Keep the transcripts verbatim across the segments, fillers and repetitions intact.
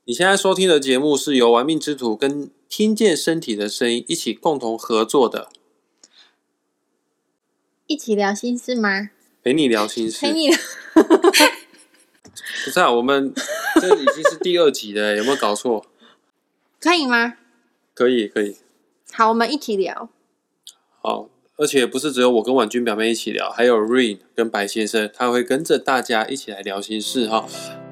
你现在收听的节目是由玩命之徒跟听见身体的声音一起共同合作的。 一起聊心事吗？ 陪你聊心事。 陪你聊。 不是啊，我们这已经是第二集了，有没有搞错？ 可以吗？ 可以，可以。 好，我们一起聊。 好，而且不是只有我跟婉君表妹一起聊，还有 Rain 跟白先生，他会跟着大家一起来聊心事哈。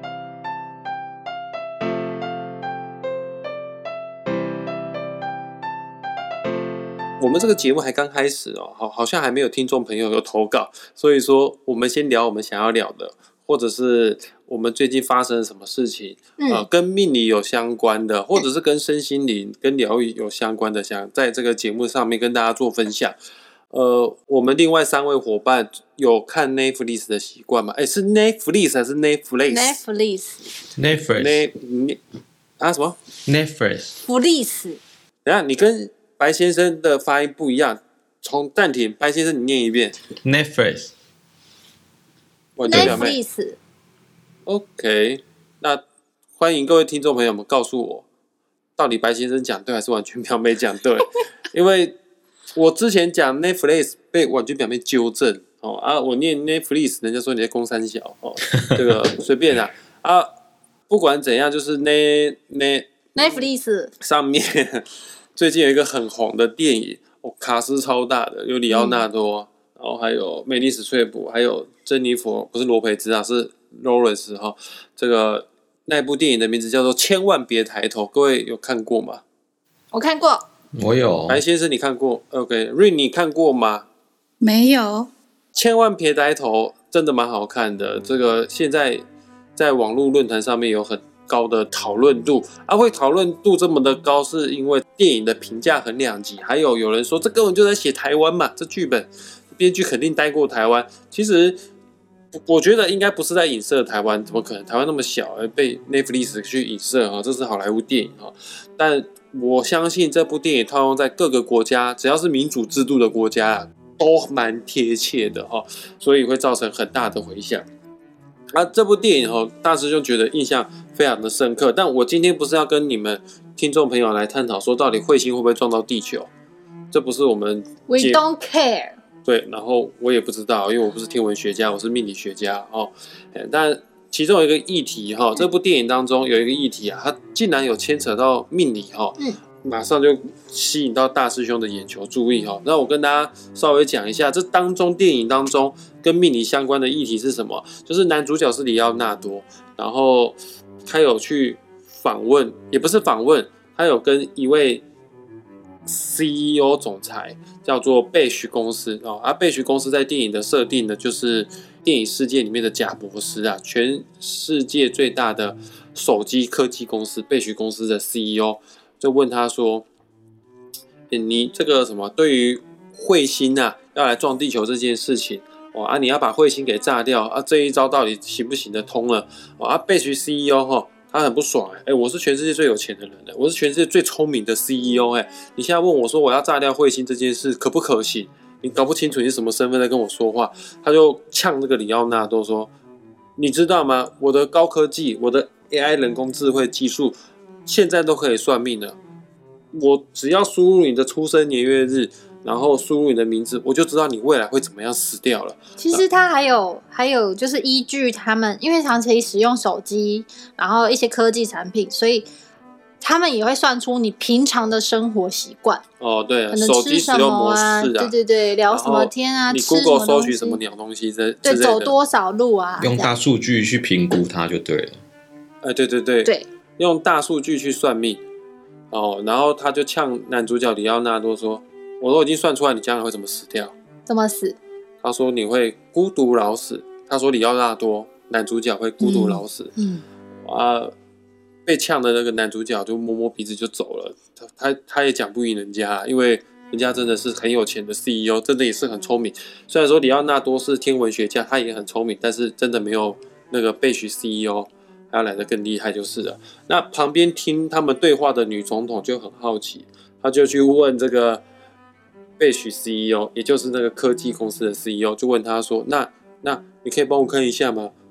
我们这个节目还刚开始哦，好，好像还没有听众朋友有投稿，所以说我们先聊我们想要聊的，或者是我们最近发生了什么事情，嗯、呃，跟命理有相关的，或者是跟身心灵、跟疗愈有相关的，想在这个节目上面跟大家做分享。呃，我们另外三位伙伴有看 Netflix 的习惯吗？哎，是 Netflix 还是 Netflix？Netflix。啊什么 ？Netflix。 福利斯。 等一下，你跟白先生的发音不一样，从暂停，白先生你念一遍。 Netflix。 Netflix。 OK， 那欢迎各位听众朋友们告诉我，到底白先生讲对还是婉君表妹讲对？因为我之前讲 Netflix 被婉君表妹纠正哦啊，我念 Netflix， 人家说你在攻三小哦，这个随便啊啊，不管怎样，就是 Net Net Netflix 上面最近有一个很红的电影，哦，卡司超大的，有里奥纳多，嗯、然后还有梅丽史翠普，还有珍妮佛，不是罗培兹啊，是 Lawrence 哈。这个那部电影的名字叫做《千万别抬头》，各位有看过吗？ 我看过。 我有。 白先生你看过 ？OK，Rin 你看过吗？ 没有。 千万别抬头真的蛮好看的，这个现在在网络论坛上面有很高的讨论度，啊，会讨论度这么的高，是因为电影的评价很两极，还有有人说这根本就在写台湾嘛，这剧本编剧肯定待过台湾。其实我觉得应该不是在影射台湾，怎么可能台湾那么小而被 Netflix 去影射啊？这是好莱坞电影啊，但我相信这部电影套用在各个国家，只要是民主制度的国家啊，都蛮贴切的哈，所以会造成很大的回响。啊，这部电影哦，大师兄觉得印象非常的深刻。但我今天不是要跟你们听众朋友来探讨说，到底彗星会不会撞到地球？这不是我们 We don't care。 对，然后我也不知道，因为我不是天文学家，我是命理学家哦。但其中有一个议题哈，这部电影当中有一个议题啊，它竟然有牵扯到命理哈，嗯，马上就吸引到大师兄的眼球注意哈。那我跟大家稍微讲一下，这当中电影当中跟命理相关的议题是什么？就是男主角是里奥纳多，然后他有去访问，也不是访问，他有跟一位 C E O 总裁叫做贝许公司哦，啊，贝许公司在电影的设定呢，就是电影世界里面的贾博士啊，全世界最大的手机科技公司贝许公司的 C E O 就问他说：“你这个什么对于彗星啊要来撞地球这件事情，哦啊，你要把彗星给炸掉啊，这一招到底行不行得通了？哦啊，贝许 C E O 哈。”他很不爽哎、欸，我是全世界最有钱的人、欸、我是全世界最聪明的 C E O 哎、欸，你现在问我说我要炸掉彗星这件事可不可行？你搞不清楚你是什么身份在跟我说话，他就呛这个里奥纳多说：“你知道吗？我的高科技，我的 A I 人工智慧技术，现在都可以算命了。我只要输入你的出生年月日。”然后输入你的名字，我就知道你未来会怎么样死掉了。 其实他还有还有就是依据他们，因为长期使用手机，然后一些科技产品，所以他们也会算出你平常的生活习惯。 哦，对啊， 可能手机使用模式啊， 对对对，聊什么天啊， 你 Google 搜寻什么鸟东西之类的， 对，走多少路啊， 用大数据去评估它就对了。 哎，对对对， 对， 用大数据去算命。哦，然后他就呛男主角里奥纳多说。我都已经算出来你将来会怎么死掉。 怎么死？ 他说你会孤独老死。他说里奥纳多男主角会孤独老死。嗯，嗯啊，被呛的那个男主角就摸摸鼻子就走了。他他他也讲不赢人家，因为人家真的是很有钱的 C E O， 真的也是很聪明。虽然说里奥纳多是天文学家，他也很聪明，但是真的没有那个贝许 C E O 还要来得更厉害就是了。那旁边听他们对话的女总统就很好奇，他就去问这个。贝许 C E O， 也就是那个科技公司的 C E O， 就问他说：“那那你可以帮我看一下吗？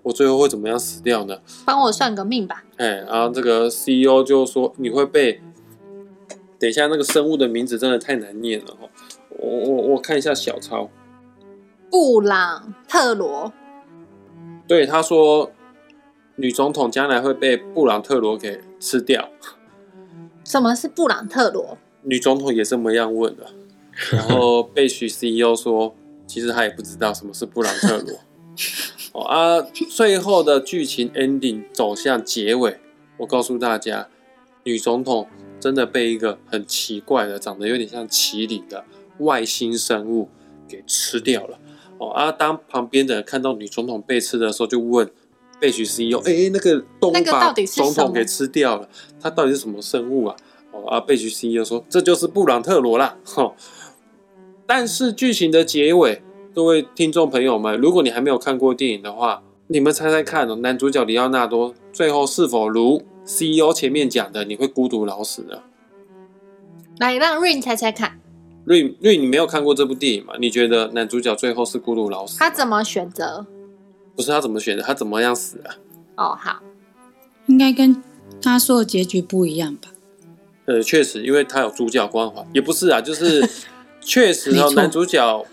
我最后会怎么样死掉呢？ 帮我算个命吧。 哎，然后这个 C E O 就说你会被，等一下那个生物的名字真的太难念了哈，我我我看一下小抄， 布朗特罗。 对，他说女总统将来会被布朗特罗给吃掉。 什么是布朗特罗？ 女总统也这么样问了，然后被许 C E O 说，其实他也不知道什么是布朗特罗。哦啊，最后的剧情 ending 走向结尾，我告诉大家，女总统真的被一个很奇怪的、长得有点像麒麟的外星生物给吃掉了。哦啊，当旁边的人看到女总统被吃的时候，就问被许 C E O， 哎、欸，那个动物把总统给吃掉了，它到底是什么生物啊？哦啊，贝许 C E O 说这就是布朗特罗啦。哦，但是剧情的结尾，各位听众朋友们，如果你还没有看过电影的话，你们猜猜看哦，男主角里奥纳多最后是否如 C E O 前面讲的，你会孤独老死呢？ 来，让 Rain 猜猜看。 Rain Rain， 你没有看过这部电影吗？你觉得男主角最后是孤独老死？ 他怎么选择？ 不是他怎么选的，他怎么样死啊？ 哦，好， 应该跟他说的结局不一样吧？ 呃，确实，因为他有主角光环，也不是啊，就是确实哦，男主角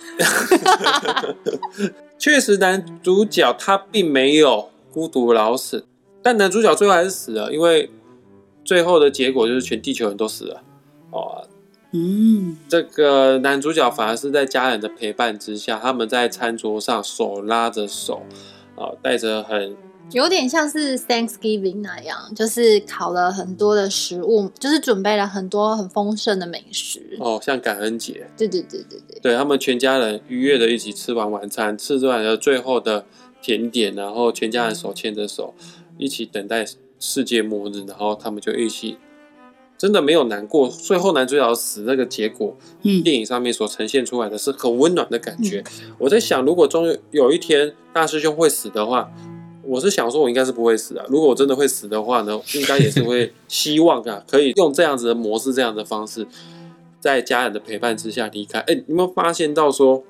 确实男主角他并没有孤独老死，但男主角最后还是死了，因为最后的结果就是全地球人都死了哦。 嗯， 这个男主角反而是在家人的陪伴之下，他们在餐桌上手拉着手，啊，带着很有点像是 Thanksgiving 那样，就是烤了很多的食物，就是准备了很多很丰盛的美食。 哦，像感恩节。 对对对对对， 对他们全家人愉悦的一起吃完晚餐，吃完了最后的甜点，然后全家人手牵着手，一起等待世界末日，然后他们就一起。真的没有难过，最后男主角死那个结果，嗯，电影上面所呈现出来的是很温暖的感觉。嗯、我在想，如果终有一天大师兄会死的话，我是想说，我应该是不会死啊。如果我真的会死的话呢，应该也是会希望啊，可以用这样子的模式、这样的方式，在家人的陪伴之下离开。哎，你有没有发现到说，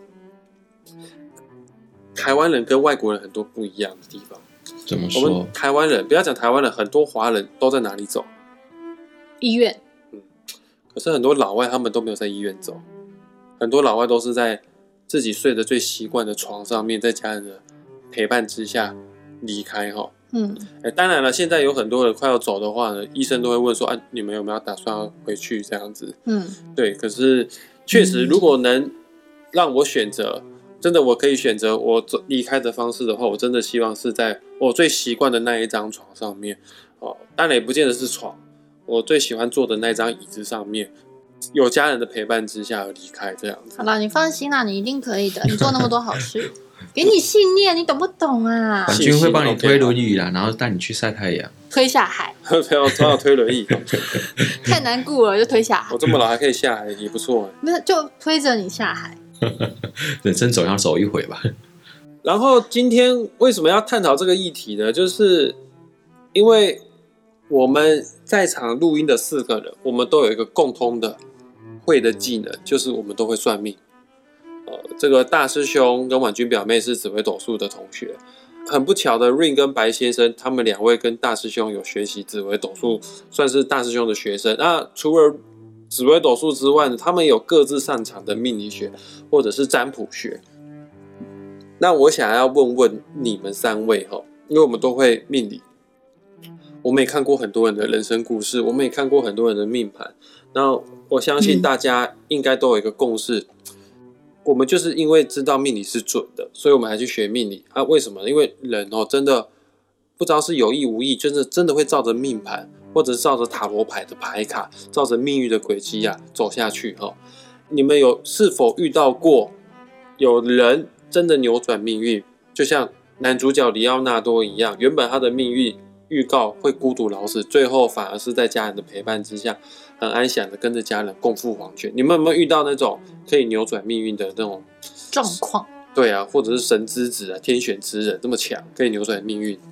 台湾人跟外国人很多不一样的地方？ 怎么说？ 我们台湾人，不要讲台湾人，很多华人都在哪里走？ 医院。 嗯，可是很多老外他们都没有在医院走，很多老外都是在自己睡得最习惯的床上面，在家人的陪伴之下离开哈。嗯，哎，当然了，现在有很多人快要走的话呢，医生都会问说，啊，你们有没有打算要回去这样子？嗯，对。可是确实，如果能让我选择，真的我可以选择我走离开的方式的话，我真的希望是在我最习惯的那一张床上面。哦，当然也不见得是床。我最喜欢坐的那张椅子上面，有家人的陪伴之下而离开，这样子。 好了，你放心啦，你一定可以的。你做那么多好事，给你信念，你懂不懂啊？ 婉君会帮你推轮椅啦，然后带你去晒太阳， 推下海。 不要不要推轮椅， 太难顾了，就推下海。 我这么老还可以下海，也不错。 那就推着你下海。 人生总要走一回吧。 然后今天为什么要探讨这个议题呢？就是因为我们在场录音的四个人，我们都有一个共通的会的技能，就是我们都会算命。呃，这个大师兄跟婉君表妹是紫微斗数的同学，很不巧的 Rain 跟白先生，他们两位跟大师兄有学习紫微斗数，算是大师兄的学生。那除了紫微斗数之外呢，他们有各自擅长的命理学或者是占卜学。那我想要问问你们三位哈，因为我们都会命理。我们也看过很多人的人生故事，我们也看过很多人的命盘。那我相信大家应该都有一个共识，嗯、我们就是因为知道命理是准的，所以我们还去学命理啊？为什么？因为人哦，真的不知道是有意无意，真的真的会照着命盘，或者是照着塔罗牌的牌卡，照着命运的轨迹啊走下去哈、哦。你们有是否遇到过有人真的扭转命运，就像男主角里奥纳多一样，原本他的命运预告会孤独老死，最后反而是在家人的陪伴之下，很安详的跟着家人共赴黄泉。你们有没有遇到那种可以扭转命运的那种状况？ 对啊，或者是神之子啊、天选之人这么强，可以扭转命运？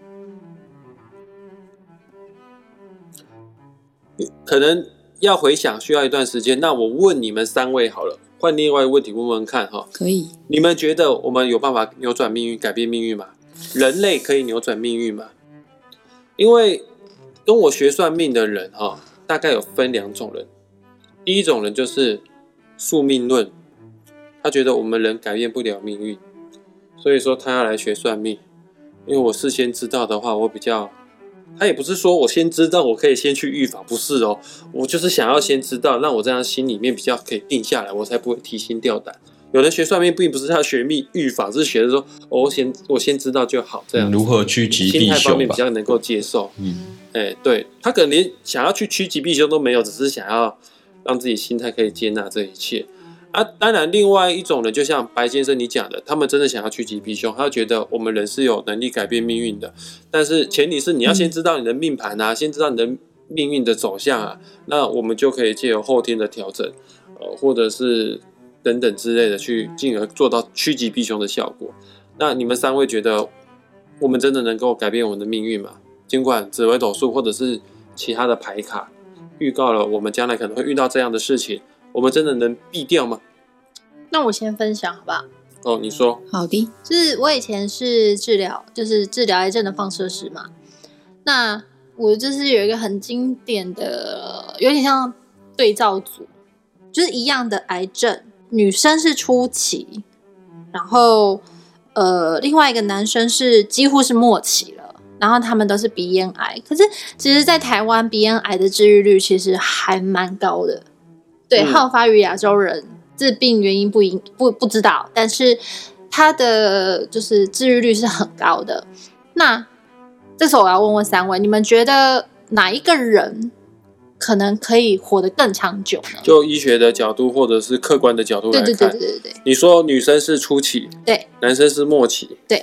可能要回想需要一段时间。那我问你们三位好了，换另外一个问题问问看哈。 可以。 你们觉得我们有办法扭转命运、改变命运吗？ 人类可以扭转命运吗？因为跟我学算命的人哈、哦，大概有分两种人。第一种人就是宿命论，他觉得我们人改变不了命运，所以说他要来学算命。因为我事先知道的话，我比较，他也不是说我先知道我可以先去预防，不是哦，我就是想要先知道，让我这样心里面比较可以定下来，我才不会提心吊胆。有人学算命并不是要学命预防，是学的说、哦、我先我先知道就好，这样、 嗯、如何趋吉避凶吧， 心态方面比较能够接受。嗯，哎、欸，对，他可能连想要去趋吉避凶都没有，只是想要让自己心态可以接纳这一切啊。当然，另外一种人就像白先生你讲的，他们真的想要趋吉避凶，他觉得我们人是有能力改变命运的，但是前提是你要先知道你的命盘啊，嗯、先知道你的命运的走向啊，那我们就可以借由后天的调整，呃，或者是等等之类的，去进而做到趋吉避凶的效果。那你们三位觉得我们真的能够改变我们的命运吗？尽管紫微斗数或者是其他的牌卡预告了我们将来可能会遇到这样的事情，我们真的能避掉吗？ 那我先分享好不好？ 哦，你说。 好的。 就是我以前是治疗，就是治疗癌症的放射师嘛。那我就是有一个很经典的，有点像对照组，就是一样的癌症。女生是初期，然后呃，另外一个男生是几乎是末期了，然后他们都是鼻咽癌。可是其实在台湾鼻咽癌的治愈率其实还蛮高的，对，好发于亚洲人，致病原因不不不知道，但是它的就是治愈率是很高的。那这时候我要问问三位，你们觉得哪一个人可能可以活得更长久呢？ 就医学的角度或者是客观的角度来看， 对对对对对对。 你说女生是初期， 对， 男生是末期， 对。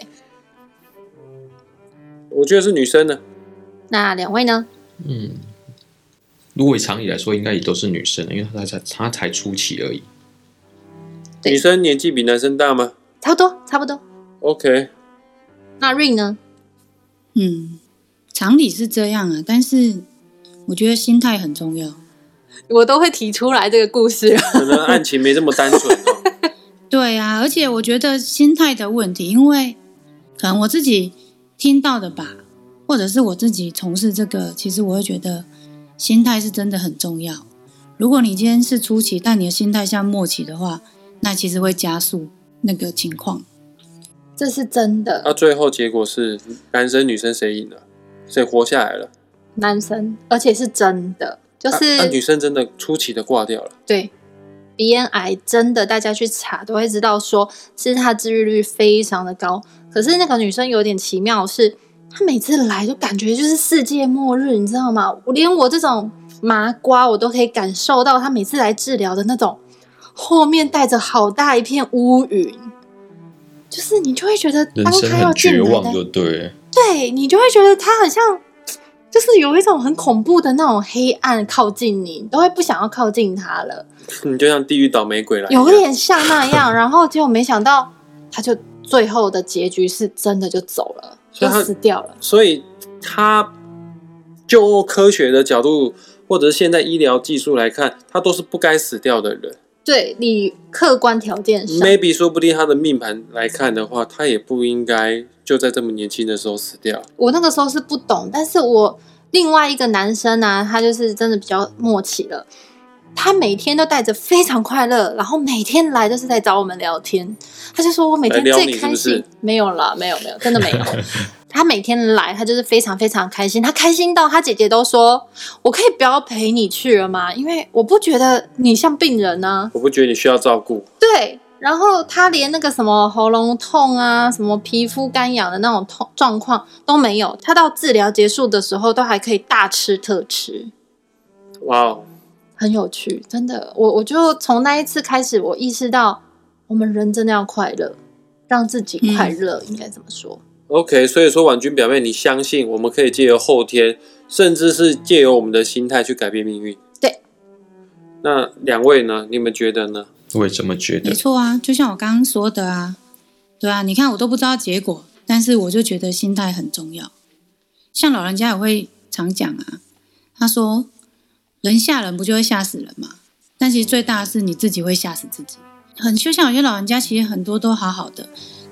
我觉得是女生呢。 那两位呢？ 嗯，如果以常理来说，应该也都是女生，因为她才她才初期而已。 女生年纪比男生大吗？ 差不多，差不多。 OK。 那 Ring 呢？ 嗯，常理是这样啊，但是我觉得心态很重要。 我都会提出来这个故事， 可能案情没这么单纯哦。 对啊，而且我觉得心态的问题，因为可能我自己听到的吧，或者是我自己从事这个，其实我会觉得心态是真的很重要。如果你今天是初期，但你的心态像末期的话，那其实会加速那个情况。 这是真的。 那、啊、最后结果是男生女生谁赢了？谁活下来了？ 男生，而且是真的，就是那、啊啊、女生真的初期的挂掉了。 对，鼻咽癌真的，大家去查都会知道说，其实它治愈率非常的高。可是那个女生有点奇妙的是，她每次来就感觉就是世界末日，你知道吗？我连我这种麻瓜，我都可以感受到她每次来治疗的那种后面带着好大一片乌云。就是你就会觉得当他要进来的， 人生很绝望就对， 对，你就会觉得他很像，就是有一种很恐怖的那种黑暗靠近你，你都会不想要靠近他了。 你就像地狱倒霉鬼来， 有点像那样。然后结果没想到，他就最后的结局是真的就走了，就死掉了。 所以他就科学的角度，或者是现在医疗技术来看，他都是不该死掉的人。 对，你客观条件上 ，maybe 说不定他的命盘来看的话，他也不应该就在这么年轻的时候死掉。 我那个时候是不懂，但是我另外一个男生啊，他就是真的比较默契了。他每天都带着非常快乐，然后每天来都是在找我们聊天。他就说我每天最开心， 是是没有啦，没有没有，真的没有。他每天来，他就是非常非常开心，他开心到他姐姐都说：“我可以不要陪你去了吗？因为我不觉得你像病人啊， 我不觉得你需要照顾。” 对，然后他连那个什么喉咙痛啊、什么皮肤干痒的那种痛状况都没有，他到治疗结束的时候都还可以大吃特吃。 哇哦， 很有趣，真的。我我就从那一次开始，我意识到我们人真的要快乐，让自己快乐，嗯、应该怎么说？ OK， 所以说婉君表妹，你相信我们可以借由后天，甚至是借由我们的心态去改变命运？ 对。 那两位呢？你们觉得呢？ 我也这么觉得。 没错啊，就像我刚刚说的啊，对啊，你看我都不知道结果，但是我就觉得心态很重要。像老人家也会常讲啊，他说人吓人不就会吓死人嘛？但其实最大的是你自己会吓死自己。很就像有些老人家，其实很多都好好的。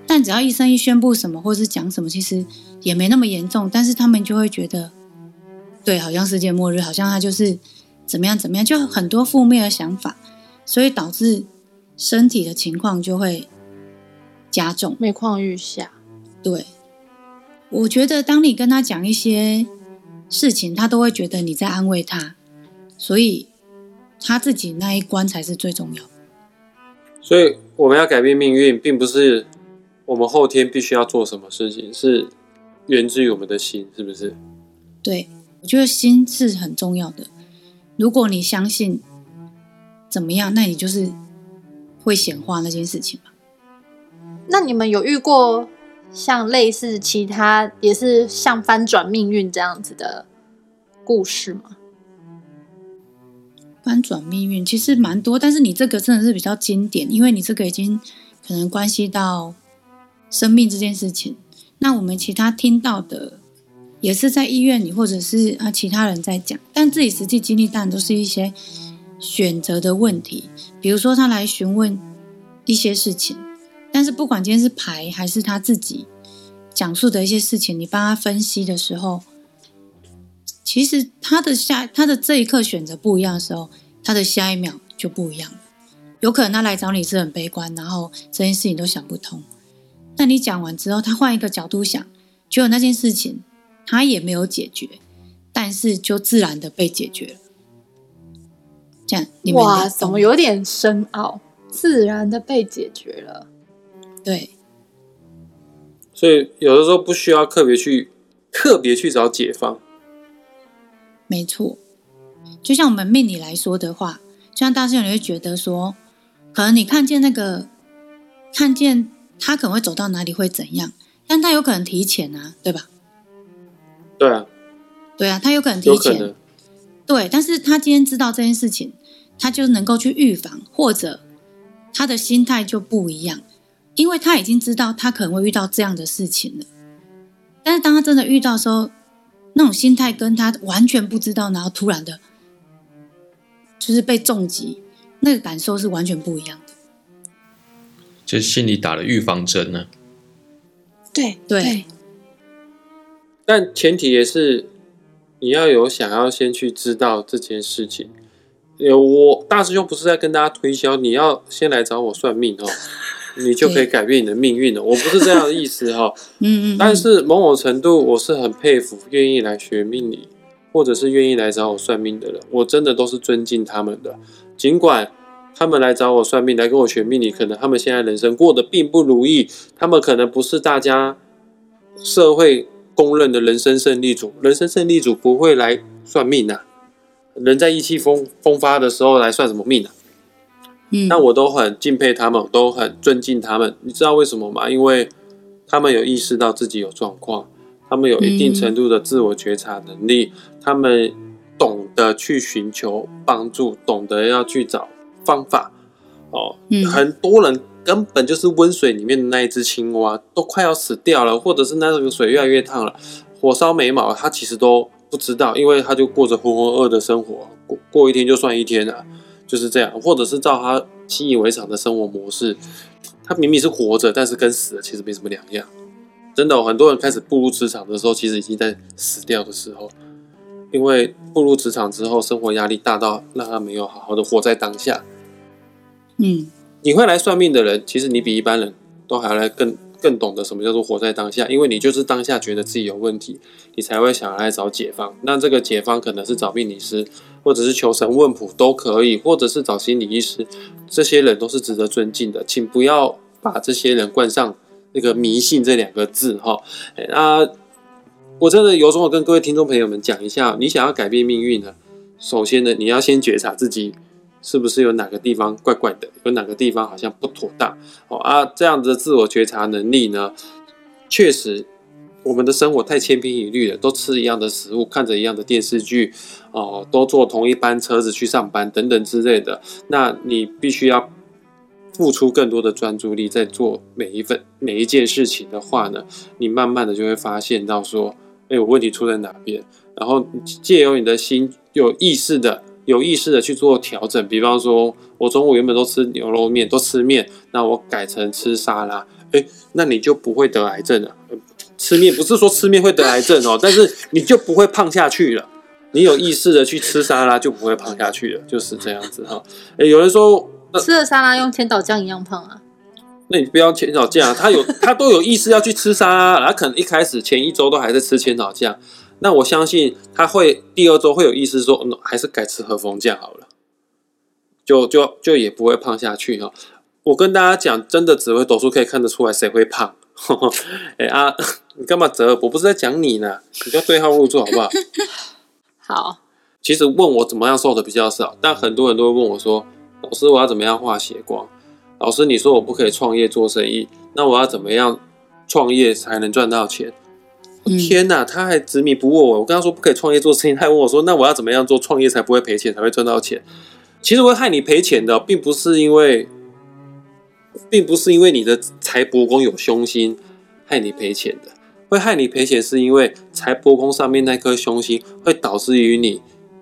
但只要医生一宣布什么或是讲什么，其实也没那么严重，但是他们就会觉得，对，好像世界末日，好像他就是怎么样怎么样，就很多负面的想法，所以导致身体的情况就会加重， 每况愈下。 对，我觉得当你跟他讲一些事情，他都会觉得你在安慰他，所以他自己那一关才是最重要的。 所以我们要改变命运，并不是我们后天必须要做什么事情，是源自于我们的心，是不是？ 对，我觉得心是很重要的。如果你相信怎么样，那你就是会显化那件事情嘛。 那你们有遇过像类似其他也是像翻转命运这样子的故事吗？ 翻转命运其实蛮多，但是你这个真的是比较经典，因为你这个已经可能关系到生命这件事情。那我们其他听到的也是在医院里或者是啊其他人在讲，但自己实际经历当然都是一些选择的问题。比如说他来询问一些事情，但是不管今天是牌还是他自己讲述的一些事情，你帮他分析的时候，其实他的下他的这一刻选择不一样的时候，他的下一秒就不一样了。有可能他来找你是很悲观，然后这件事情都想不通，但你讲完之后，他换一个角度想，结果那件事情他也没有解决，但是就自然的被解决了。这样你们哇，怎么有点深奥？自然的被解决了。 对， 所以有的时候不需要特别去特别去找解方。 没错，就像我们命理来说的话，就像大师兄你会觉得说，可能你看见那个看见他可能会走到哪里会怎样，但他有可能提前啊，对吧？ 对啊， 对啊，他有可能提前， 有可能。 对，但是他今天知道这件事情，他就能够去预防，或者他的心态就不一样，因为他已经知道他可能会遇到这样的事情了。但是当他真的遇到的时候，那种心态跟他完全不知道，然后突然的就是被重击，那个感受是完全不一样的。 就是心里打了预防针呢、啊。 对对， 对， 但前提也是你要有想要先去知道这件事情。我大师兄不是在跟大家推销，你要先来找我算命哦，你就可以改变你的命运了。我不是这样的意思哈、哦。 嗯嗯。 但是某种程度，我是很佩服愿意来学命理，或者是愿意来找我算命的人，我真的都是尊敬他们的。尽管他们来找我算命，来跟我学命理，可能他们现在人生过得并不如意，他们可能不是大家社会公认的人生胜利组，人生胜利组不会来算命啊。人在意气风风发的时候来算什么命啊？ 嗯， 但我都很敬佩他们，都很尊敬他们。你知道为什么吗？因为他们有意识到自己有状况，他们有一定程度的自我觉察能力，嗯、他们懂得去寻求帮助，懂得要去找方法。哦，嗯、很多人根本就是温水里面的那一只青蛙，都快要死掉了，或者是那个水越来越烫了，火烧眉毛，他其实都不知道，因为他就过着浑浑噩的生活，过过一天就算一天啊，就是这样，或者是照他习以为常的生活模式，他明明是活着，但是跟死了其实没什么两样。真的、哦，很多人开始步入职场的时候，其实已经在死掉的时候，因为步入职场之后，生活压力大到让他没有好好的活在当下。 嗯， 你会来算命的人，其实你比一般人都还要来更更懂得什么叫做活在当下，因为你就是当下觉得自己有问题，你才会想要来找解方。那这个解方可能是找命理师，或者是求神问卜都可以，或者是找心理医师，这些人都是值得尊敬的，请不要把这些人冠上那个迷信这两个字哈。那我真的有种跟各位听众朋友们讲一下，你想要改变命运呢，首先呢，你要先觉察自己是不是有哪个地方怪怪的，有哪个地方好像不妥当哦啊，这样的自我觉察能力呢，确实我们的生活太千篇一律了，都吃一样的食物，看着一样的电视剧哦，都坐同一班车子去上班等等之类的，那你必须要付出更多的专注力在做每一份每一件事情的话呢，你慢慢的就会发现到说，哎，我问题出在哪边，然后借由你的心有意识的有意识的去做调整，比方说我中午原本都吃牛肉面，都吃面，那我改成吃沙拉， 哎，那你就不会得癌症了。吃面不是说吃面会得癌症哦，但是你就不会胖下去了。你有意识的去吃沙拉，就不会胖下去了，就是这样子哈。哎，有人说吃了沙拉用千岛酱一样胖啊。 那你不要千岛酱，他有他都有意识要去吃沙拉，他可能一开始前一周都还在吃千岛酱，那我相信他会第二周会有意识说，嗯，还是改吃和风酱好了，就就就也不会胖下去哈。我跟大家讲，真的紫微斗数可以看得出来谁会胖。哎啊，你干嘛折？我不是在讲你呢，你就要对号入座好不好？ 好。 其实问我怎么样瘦的比较少，但很多人都会问我说，老师我要怎么样化血光？老师，你说我不可以创业做生意，那我要怎么样创业才能赚到钱？嗯、天哪，他还执迷不悟我。我跟他说不可以创业做生意，他还问我说，那我要怎么样做创业才不会赔钱，才会赚到钱？其实会害你赔钱的，并不是因为，并不是因为你的财帛宫有凶星害你赔钱的，会害你赔钱是因为财帛宫上面那颗凶星会导致于你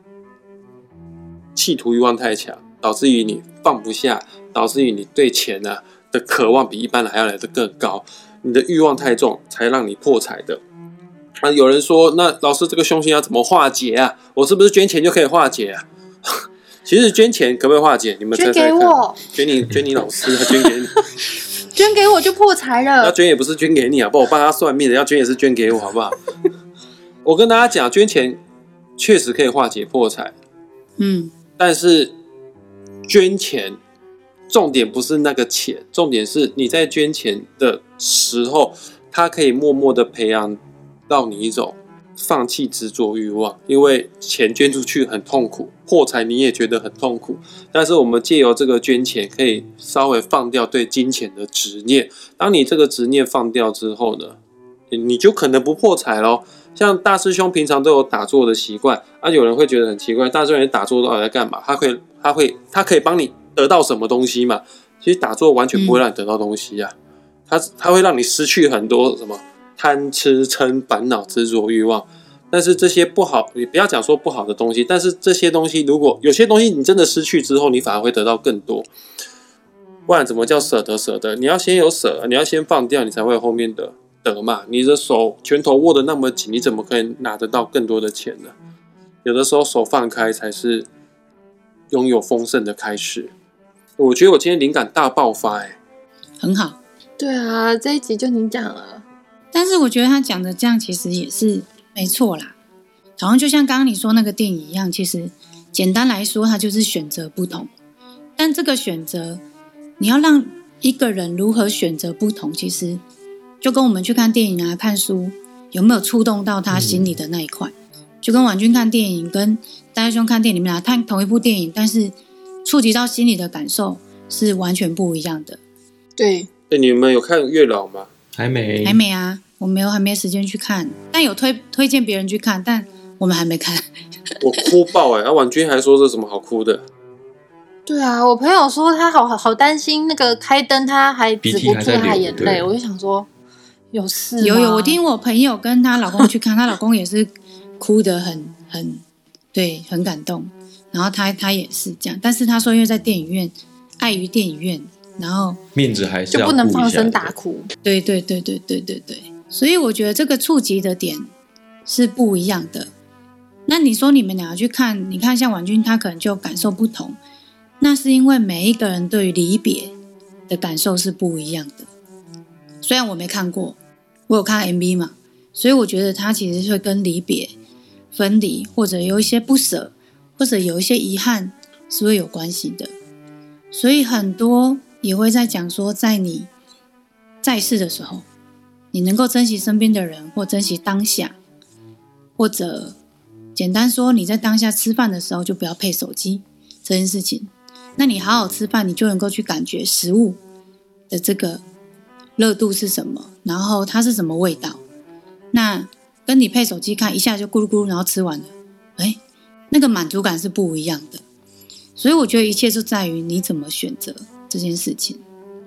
企图欲望太强，导致于你放不下。导致于你对钱啊的渴望比一般人还要来得更高，你的欲望太重，才让你破财的。啊，有人说，那老师这个凶星要怎么化解啊？我是不是捐钱就可以化解啊？其实捐钱可不可以化解？你们猜猜看。 捐给我， 捐你，捐你老师啊，捐给你， 捐给我就破财了。 要捐也不是捐给你啊，不，我帮他算命的，要捐也是捐给我，好不好？我跟大家讲，捐钱确实可以化解破财，嗯，但是捐钱。重点不是那个钱，重点是你在捐钱的时候，它可以默默的培养到你一种放弃执着欲望，因为钱捐出去很痛苦，破财你也觉得很痛苦，但是我们借由这个捐钱，可以稍微放掉对金钱的执念。当你这个执念放掉之后呢，你就可能不破财咯。像大师兄平常都有打坐的习惯啊，有人会觉得很奇怪，大师兄打坐到底在干嘛？他会，他会，他可以帮你得到什么东西嘛？其实打坐完全不会让你得到东西啊，它它会让你失去很多什么贪吃嗔烦恼执着欲望。但是这些不好，你不要讲说不好的东西，但是这些东西如果有些东西你真的失去之后，你反而会得到更多。不然怎么叫舍得舍得？你要先有舍，你要先放掉，你才会有后面的得嘛。你的手拳头握得那么紧，你怎么可以拿得到更多的钱呢？有的时候手放开才是拥有丰盛的开始。我觉得我今天灵感大爆发，哎、欸， 很好。 对啊，这一集就你讲了。 但是我觉得他讲的这样其实也是没错啦，好像就像刚刚你说那个电影一样，其实简单来说，它就是选择不同。但这个选择，你要让一个人如何选择不同，其实就跟我们去看电影啊、看书，有没有触动到他心里的那一块。嗯，就跟婉君看电影跟大兄看电影，你们俩看同一部电影，但是触及到心里的感受是完全不一样的。 对， 欸、你们有看月老吗？ 还没， 还没啊，我没有，还没时间去看，但有推推荐别人去看，但我们还没看。 我哭爆哎、欸！啊，婉君还说这什么好哭的？ 对啊，我朋友说他好好担心那个开灯，他还止不住他眼泪，我就想说有事吗？ 有有，我听我朋友跟她老公去看，她老公也是哭得很很对，很感动。然后他他也是这样，但是他说因为在电影院，碍于电影院，然后面子还是要就不能放声大哭。 对对对对对对对，所以我觉得这个触及的点是不一样的。那你说你们俩去看，你看像婉君她可能就感受不同，那是因为每一个人对于离别的感受是不一样的。虽然我没看过，我有看 M V 嘛，所以我觉得他其实会跟离别、分离或者有一些不舍，或者有一些遗憾是会有关系的。所以很多也会在讲说，在你在世的时候，你能够珍惜身边的人，或珍惜当下，或者简单说你在当下吃饭的时候就不要配手机这件事情。那你好好吃饭，你就能够去感觉食物的这个热度是什么，然后它是什么味道。那跟你配手机看一下就咕噜咕噜然后吃完了，哎，那个满足感是不一样的。所以我觉得一切就在于你怎么选择这件事情。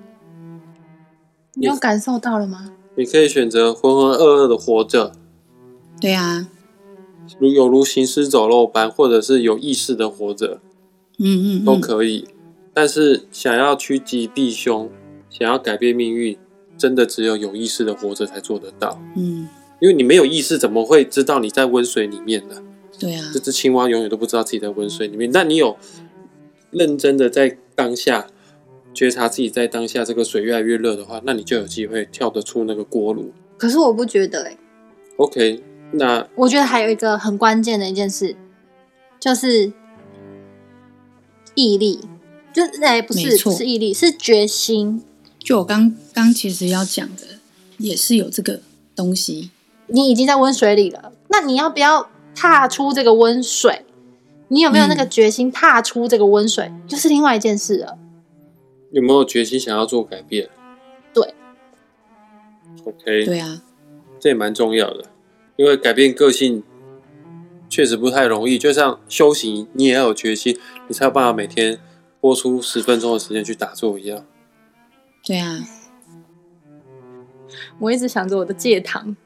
你有感受到了吗？ 你可以选择浑浑噩噩的活着， 对啊， 如有如行尸走肉般，或者是有意识的活着， 嗯嗯，嗯都可以。但是想要趋吉避凶，想要改变命运， 真的只有有意识的活着才做得到。 嗯， 因为你没有意识，怎么会知道你在温水里面呢？ 对啊， 这只青蛙永远都不知道自己在温水里面。但你有认真的在当下觉察自己在当下这个水越来越热的话，那你就有机会跳得出那个锅炉。 可是我不觉得哎、欸。 OK， 那我觉得还有一个很关键的一件事，就是毅力，就哎、欸、不是不是毅力，是决心。 就我刚刚其实要讲的，也是有这个东西。 你已经在温水里了，那你要不要踏出这个温水？你有没有那个决心踏出这个温水，嗯、就是另外一件事了。 有没有决心想要做改变？ 对 ，OK， 对啊， 这也蛮重要的，因为改变个性确实不太容易。就像修行，你也要有决心，你才有办法每天播出十分钟的时间去打坐一样。 对啊， 我一直想着我的戒堂。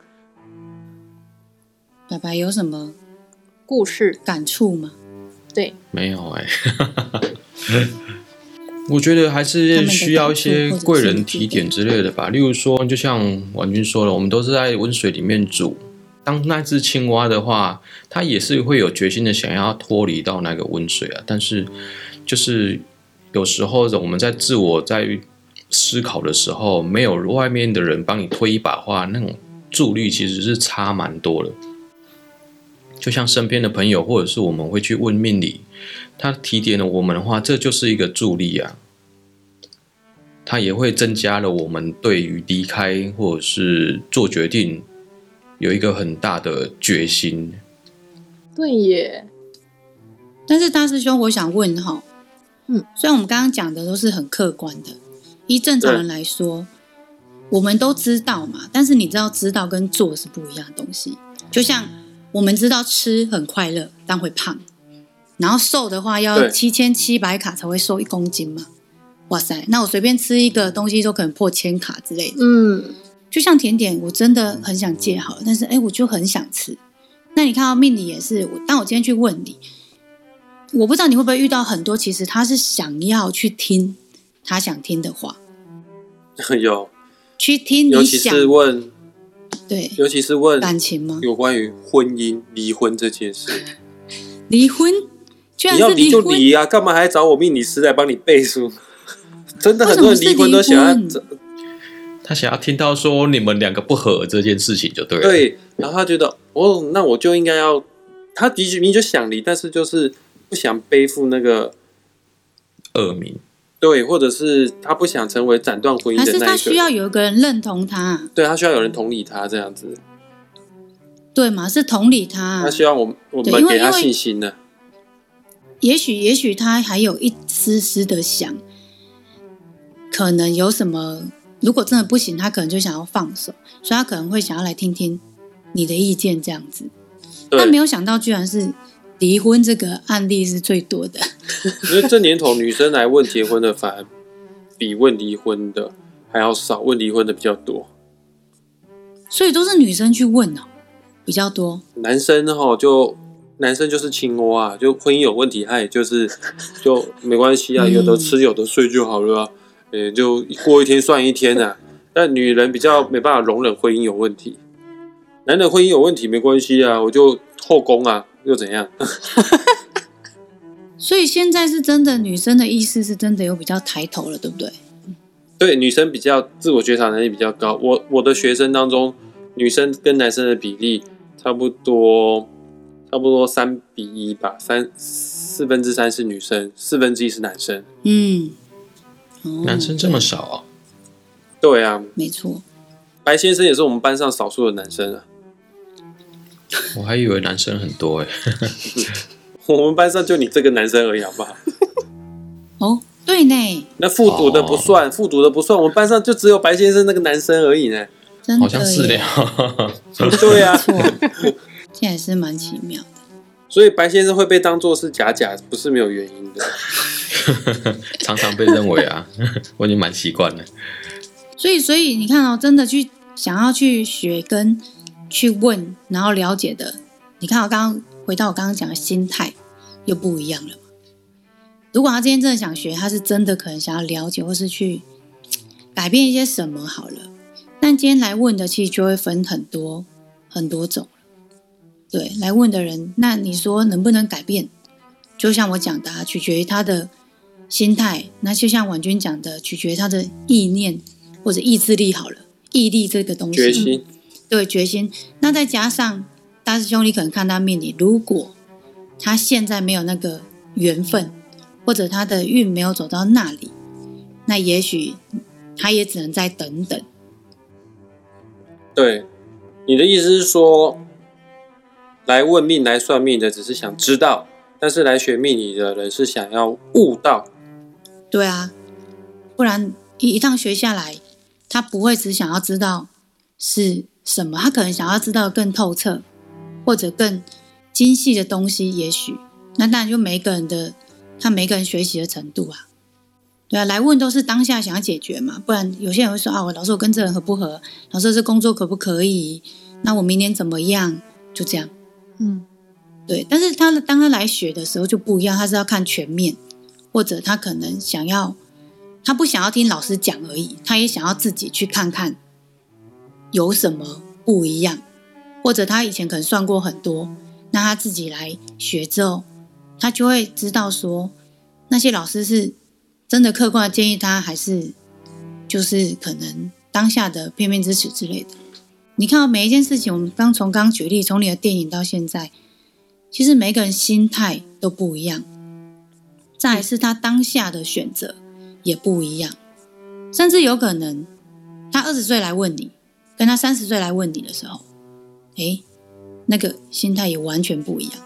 白白有什么故事感触吗？ 对， 没有哎、欸。我觉得还是需要一些贵人提点之类的吧。例如说，就像婉君说了，我们都是在温水里面煮。当那只青蛙的话，它也是会有决心的想要脱离到那个温水啊。但是，就是有时候我们在自我在思考的时候，没有外面的人帮你推一把的话，那种助力其实是差蛮多的。就像身边的朋友，或者是我们会去问命理，他提点了我们的话，这就是一个助力啊。它也会增加了我们对于离开或者是做决定有一个很大的决心。 对耶。 但是大师兄，我想问哈， 嗯， 虽然我们刚刚讲的都是很客观的，以正常人来说，我们都知道嘛，但是你知道，知道跟做是不一样的东西。就像我们知道吃很快乐，但会胖，然后瘦的话要七千七百卡才会瘦一公斤嘛。哇塞，那我随便吃一个东西都可能破千卡之类的。 嗯， 就像甜点，我真的很想戒好了，但是哎，我就很想吃。那你看到命理也是，我当我今天去问你，我不知道你会不会遇到很多，其实他是想要去听他想听的话， 有去听你想， 尤其是问， 对， 尤其是问感情吗？ 有关于婚姻、离婚这件事。 离婚，居然是离婚， 你要离就离啊，干嘛还找我命理师来帮你背书？真的很多人离婚都想要， 他想要听到说你们两个不合这件事情就对了。 对，然后他觉得哦，那我就应该要，他的确你就想离，但是就是不想背负那个恶名。 对，或者是他不想成为斩断婚姻的那一个人， 还是他需要有一个人认同他？ 对，他需要有人同理他这样子。 对嘛？是同理他。 他希望我们我们给他信心呢。 也许也许他还有一丝丝的想。可能有什么，如果真的不行，他可能就想要放手，所以他可能会想要来听听你的意见这样子。但没有想到，居然是离婚这个案例是最多的。 因为这年头女生来问结婚的，反而比问离婚的还要少，问离婚的比较多。 所以都是女生去问哦，比较多。 男生哈就男生就是青蛙，就婚姻有问题，他也就是就没关系啊，有的吃有的睡就好了啊。呃，就过一天算一天啊。但女人比较没办法容忍婚姻有问题，男人婚姻有问题没关系啊，我就后宫啊，又怎样？ 所以现在是真的，女生的意识是真的有比较抬头了，对不对？ 对，女生比较自我觉察能力比较高。我我的学生当中，女生跟男生的比例差不多，差不多三比一吧，三四分之三是女生，四分之一是男生。 嗯。 男生这么少啊？ 对啊， 没错。 白先生也是我们班上少数的男生啊。 我还以为男生很多哎、 欸。我们班上就你这个男生而已，好不好？ 哦，对呢。 那复读的不算，哦、复读的不算，我们班上就只有白先生那个男生而已呢。 真的好像是的。 对啊， 这也是蛮奇妙的。 所以白先生会被当作是假假，不是没有原因的。 常常被认为啊，我已经蛮习惯了。 所以，所以你看哦，真的去想要去学跟去问，然后了解的，你看我刚刚回到我刚刚讲的心态又不一样了嘛。如果他今天真的想学，他是真的可能想要了解，或是去改变一些什么好了， 但今天来问的其实就会分很多很多种。对，来问的人，那你说能不能改变？就像我讲的、啊，取决于他的心态。那就像婉君讲的，取决于他的意念或者意志力好了，毅力这个东西， 决心， 对，决心。那再加上大师兄，你可能看他命理，如果他现在没有那个缘分，或者他的运没有走到那里，那也许他也只能再等等。 对，你的意思是说，来问命、来算命的只是想知道，但是来学命理的人是想要悟道。 对啊，不然一一趟学下来，他不会只想要知道是什么，他可能想要知道更透彻或者更精细的东西，也许那当然就每个人的他每个人学习的程度啊。对啊，来问都是当下想要解决嘛，不然有些人会说啊，我老师我跟这人合不合？老师这工作可不可以？那我明年怎么样？就这样。 嗯， 对。但是他当他来学的时候就不一样，他是要看全面，或者他可能想要，他不想要听老师讲而已，他也想要自己去看看有什么不一样，或者他以前可能算过很多，那他自己来学之后，他就会知道说那些老师是真的客观的建议他，还是就是可能当下的片面之词之类的。你看到每一件事情，我们刚从刚举例，从你的电影到现在，其实每个人心态都不一样，再来是他当下的选择也不一样，甚至有可能他二十岁来问你，跟他三十岁来问你的时候，诶，那个心态也完全不一样。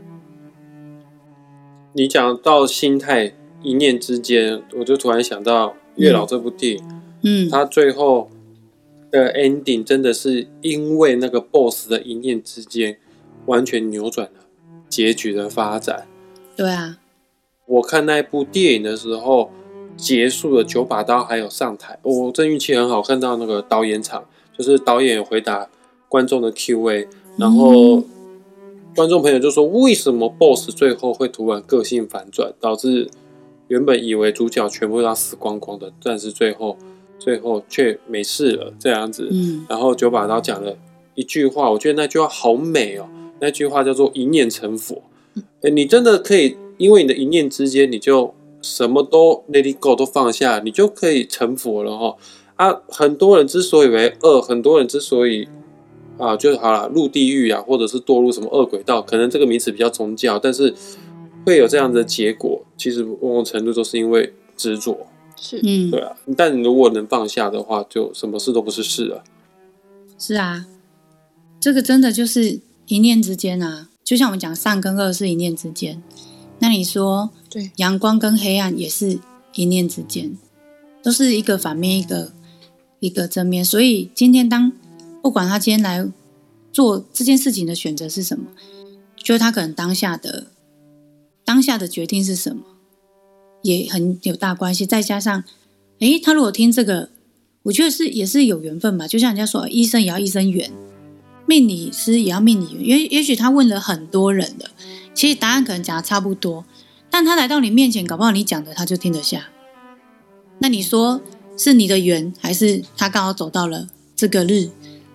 你讲到心态一念之间，我就突然想到《月老》这部电影， 嗯， 他最后的 ending 真的是因为那个 boss 的一念之间，完全扭转了结局的发展。 对啊， 我看那部电影的时候，结束了九把刀还有上台，我、哦、真运气很好，看到那个导演场，就是导演有回答观众的 Q A， 然后观众朋友就说，为什么 boss 最后会突然个性反转，导致原本以为主角全部要死光光的，但是最后最后却没事了这样子。 嗯， 然后九把刀讲了一句话，我觉得那句话好美哦，那句话叫做一念成佛。欸、你真的可以因为你的一念之间，你就什么都 let it go 都放下，你就可以成佛了哈。啊，很多人之所以为恶，很多人之所以啊，就是好了，入地狱啊，或者是堕入什么恶鬼道，可能这个名词比较宗教，但是会有这样的结果，其实某种程度都是因为执着。 是， 嗯， 对啊。但你如果能放下的话，就什么事都不是事了。 是啊，这个真的就是一念之间啊，就像我们讲善跟恶是一念之间，那你说对， 阳光跟黑暗也是一念之间，都是一个反面一个一个正面。所以今天当不管他今天来做这件事情的选择是什么，就是他可能当下的当下的决定是什么，也很有大关系。再加上，诶，他如果听这个，我觉得是也是有缘分吧。就像人家说，医生也要医生缘，命理师也要命理缘。也也许他问了很多人的，其实答案可能讲的差不多，但他来到你面前，搞不好你讲的他就听得下。那你说是你的缘，还是他刚好走到了这个日？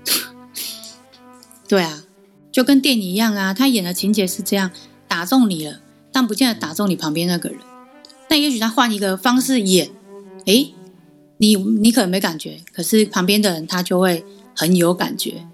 对啊，就跟电影一样啊，他演的情节是这样，打中你了，但不见得打中你旁边那个人。但也许他换一个方式演，诶，你你可能没感觉，可是旁边的人他就会很有感觉。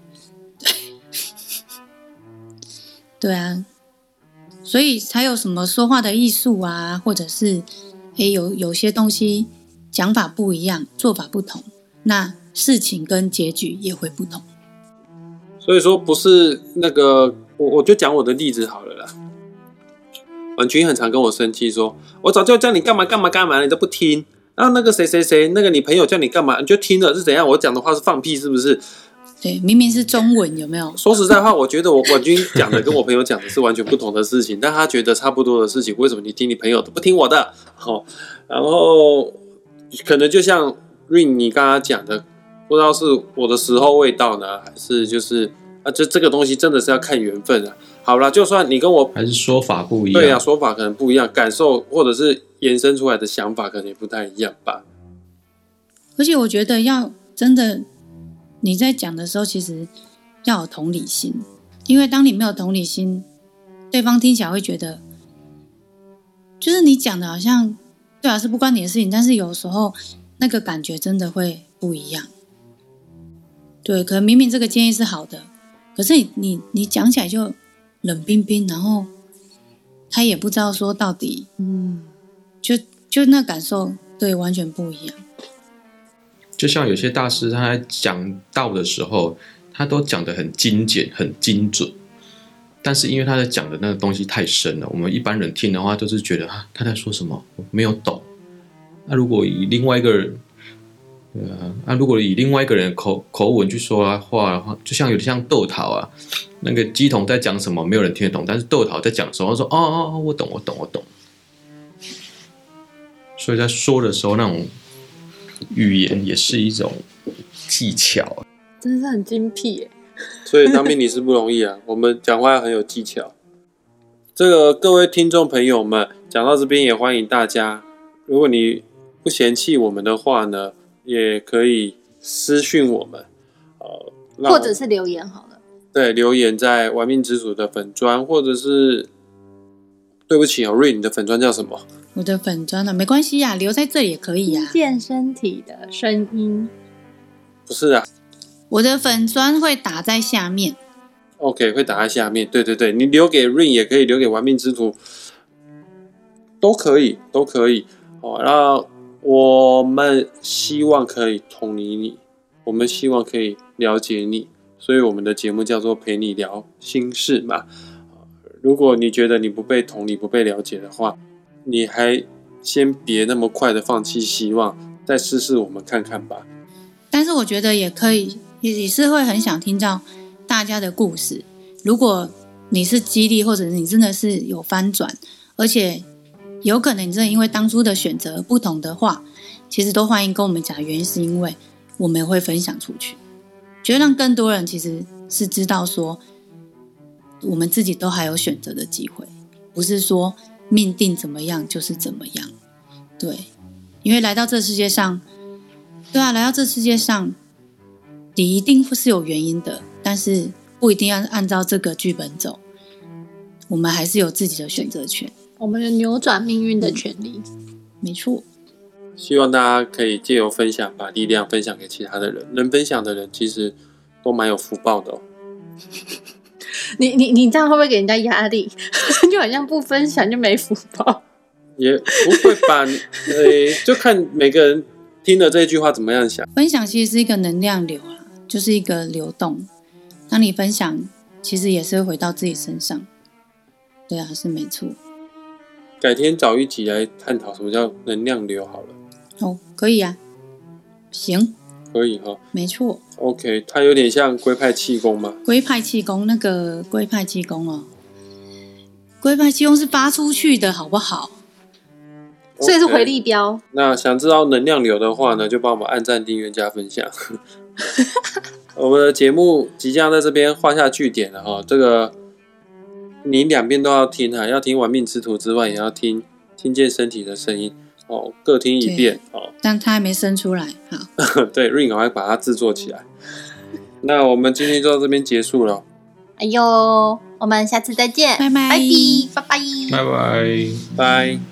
对啊，所以才有什么说话的艺术啊，或者是诶有有些东西讲法不一样，做法不同，那事情跟结局也会不同。 所以说不是那个，我我就讲我的例子好了啦。婉君很常跟我生气说，我早就叫你干嘛干嘛干嘛，你都不听。然后那个谁谁谁，那个你朋友叫你干嘛，你就听了是怎样？我讲的话是放屁是不是？ 对，明明是中文，有没有？ 说实在话，我觉得我婉君讲的跟我朋友讲的是完全不同的事情，但他觉得差不多的事情，为什么你听你朋友的不听我的？好，然后可能就像 Rin 你刚刚讲的，不知道是我的时候未到呢，还是就是啊，这这个东西真的是要看缘分啊。好啦，就算你跟我还是说法不一样， 对啊，说法可能不一样，感受或者是延伸出来的想法可能也不太一样吧。 而且我觉得要真的你在讲的时候，其实要有同理心，因为当你没有同理心，对方听起来会觉得，就是你讲的好像对啊是不关你的事情，但是有时候那个感觉真的会不一样。对，可能明明这个建议是好的，可是你你你讲起来就冷冰冰，然后他也不知道说到底，嗯，就就那感受对完全不一样。 就像有些大师他在讲道的时候，他都讲得很精简、很精准，但是因为他在讲的那个东西太深了，我们一般人听的话都是觉得啊他在说什么，我没有懂。那、啊、如果以另外一个人，对啊，啊如果以另外一个人的口口吻去说话的话，就像有点像豆桃啊，那个鸡童在讲什么，没有人听得懂，但是豆桃在讲的时候，他说哦哦哦，我懂，我懂，我懂。所以在说的时候，那种语言也是一种技巧， 真的是很精辟耶。 所以当命理师不容易啊，我们讲话要很有技巧。这个各位听众朋友们，讲到这边也欢迎大家，如果你不嫌弃我们的话呢，也可以私讯我们，呃， 或者是留言好了。 对，留言在玩命之主的粉专，或者是对不起哦，瑞，你的粉专叫什么？ 我的粉专呢？没关系呀、啊，留在这里也可以呀、啊。 健身体的声音， 不是啊， 我的粉专会打在下面。 OK， 会打在下面。对对对，你留给 Rain 也可以，留给玩命之徒都可以，都可以。哦，然后我们希望可以同理你，我们希望可以了解你，所以我们的节目叫做陪你聊心事嘛。如果你觉得你不被同理、不被了解的话，你还先别那么快的放弃希望，再试试我们看看吧。 但是我觉得也可以，也是会很想听到大家的故事。如果你是激励，或者你真的是有翻转，而且有可能你真的因为当初的选择不同的话，其实都欢迎跟我们讲。原因是因为我们会分享出去，觉得让更多人其实是知道说，我们自己都还有选择的机会，不是说命定怎么样就是怎么样。对，因为来到这世界上，对啊，来到这世界上，你一定是有原因的，但是不一定要按照这个剧本走。我们还是有自己的选择权， 我们有扭转命运的权利。 没错。 希望大家可以借由分享，把力量分享给其他的人。能分享的人其实都蛮有福报的哦。 你你你这样会不会给人家压力？就好像不分享就没福报。 也不会吧，呃，就看每个人听了这句话怎么样想。 分享其实是一个能量流啊，就是一个流动。当你分享，其实也是会回到自己身上。对啊，是没错。 改天找一集来探讨什么叫能量流好了。 哦，可以啊，行， 可以哈， 没错。 OK， 它有点像龟派气功嘛。 龟派气功，那个龟派气功哦，龟派气功是发出去的，好不好？ 所以是回力镖。 Okay，那想知道能量流的话呢，就帮我们按赞、订阅、加分享。我们的节目即将在这边画下句点了哈，这个你两边都要听哈，要听玩命之徒之外，也要听听见身体的声音哦，各听一遍哦。 但他还没生出来，好。 对 ，Ring 赶快把它制作起来。那我们今天就到这边结束了。 哎呦，我们下次再见， 拜拜， 拜拜，拜拜， 拜拜， 拜。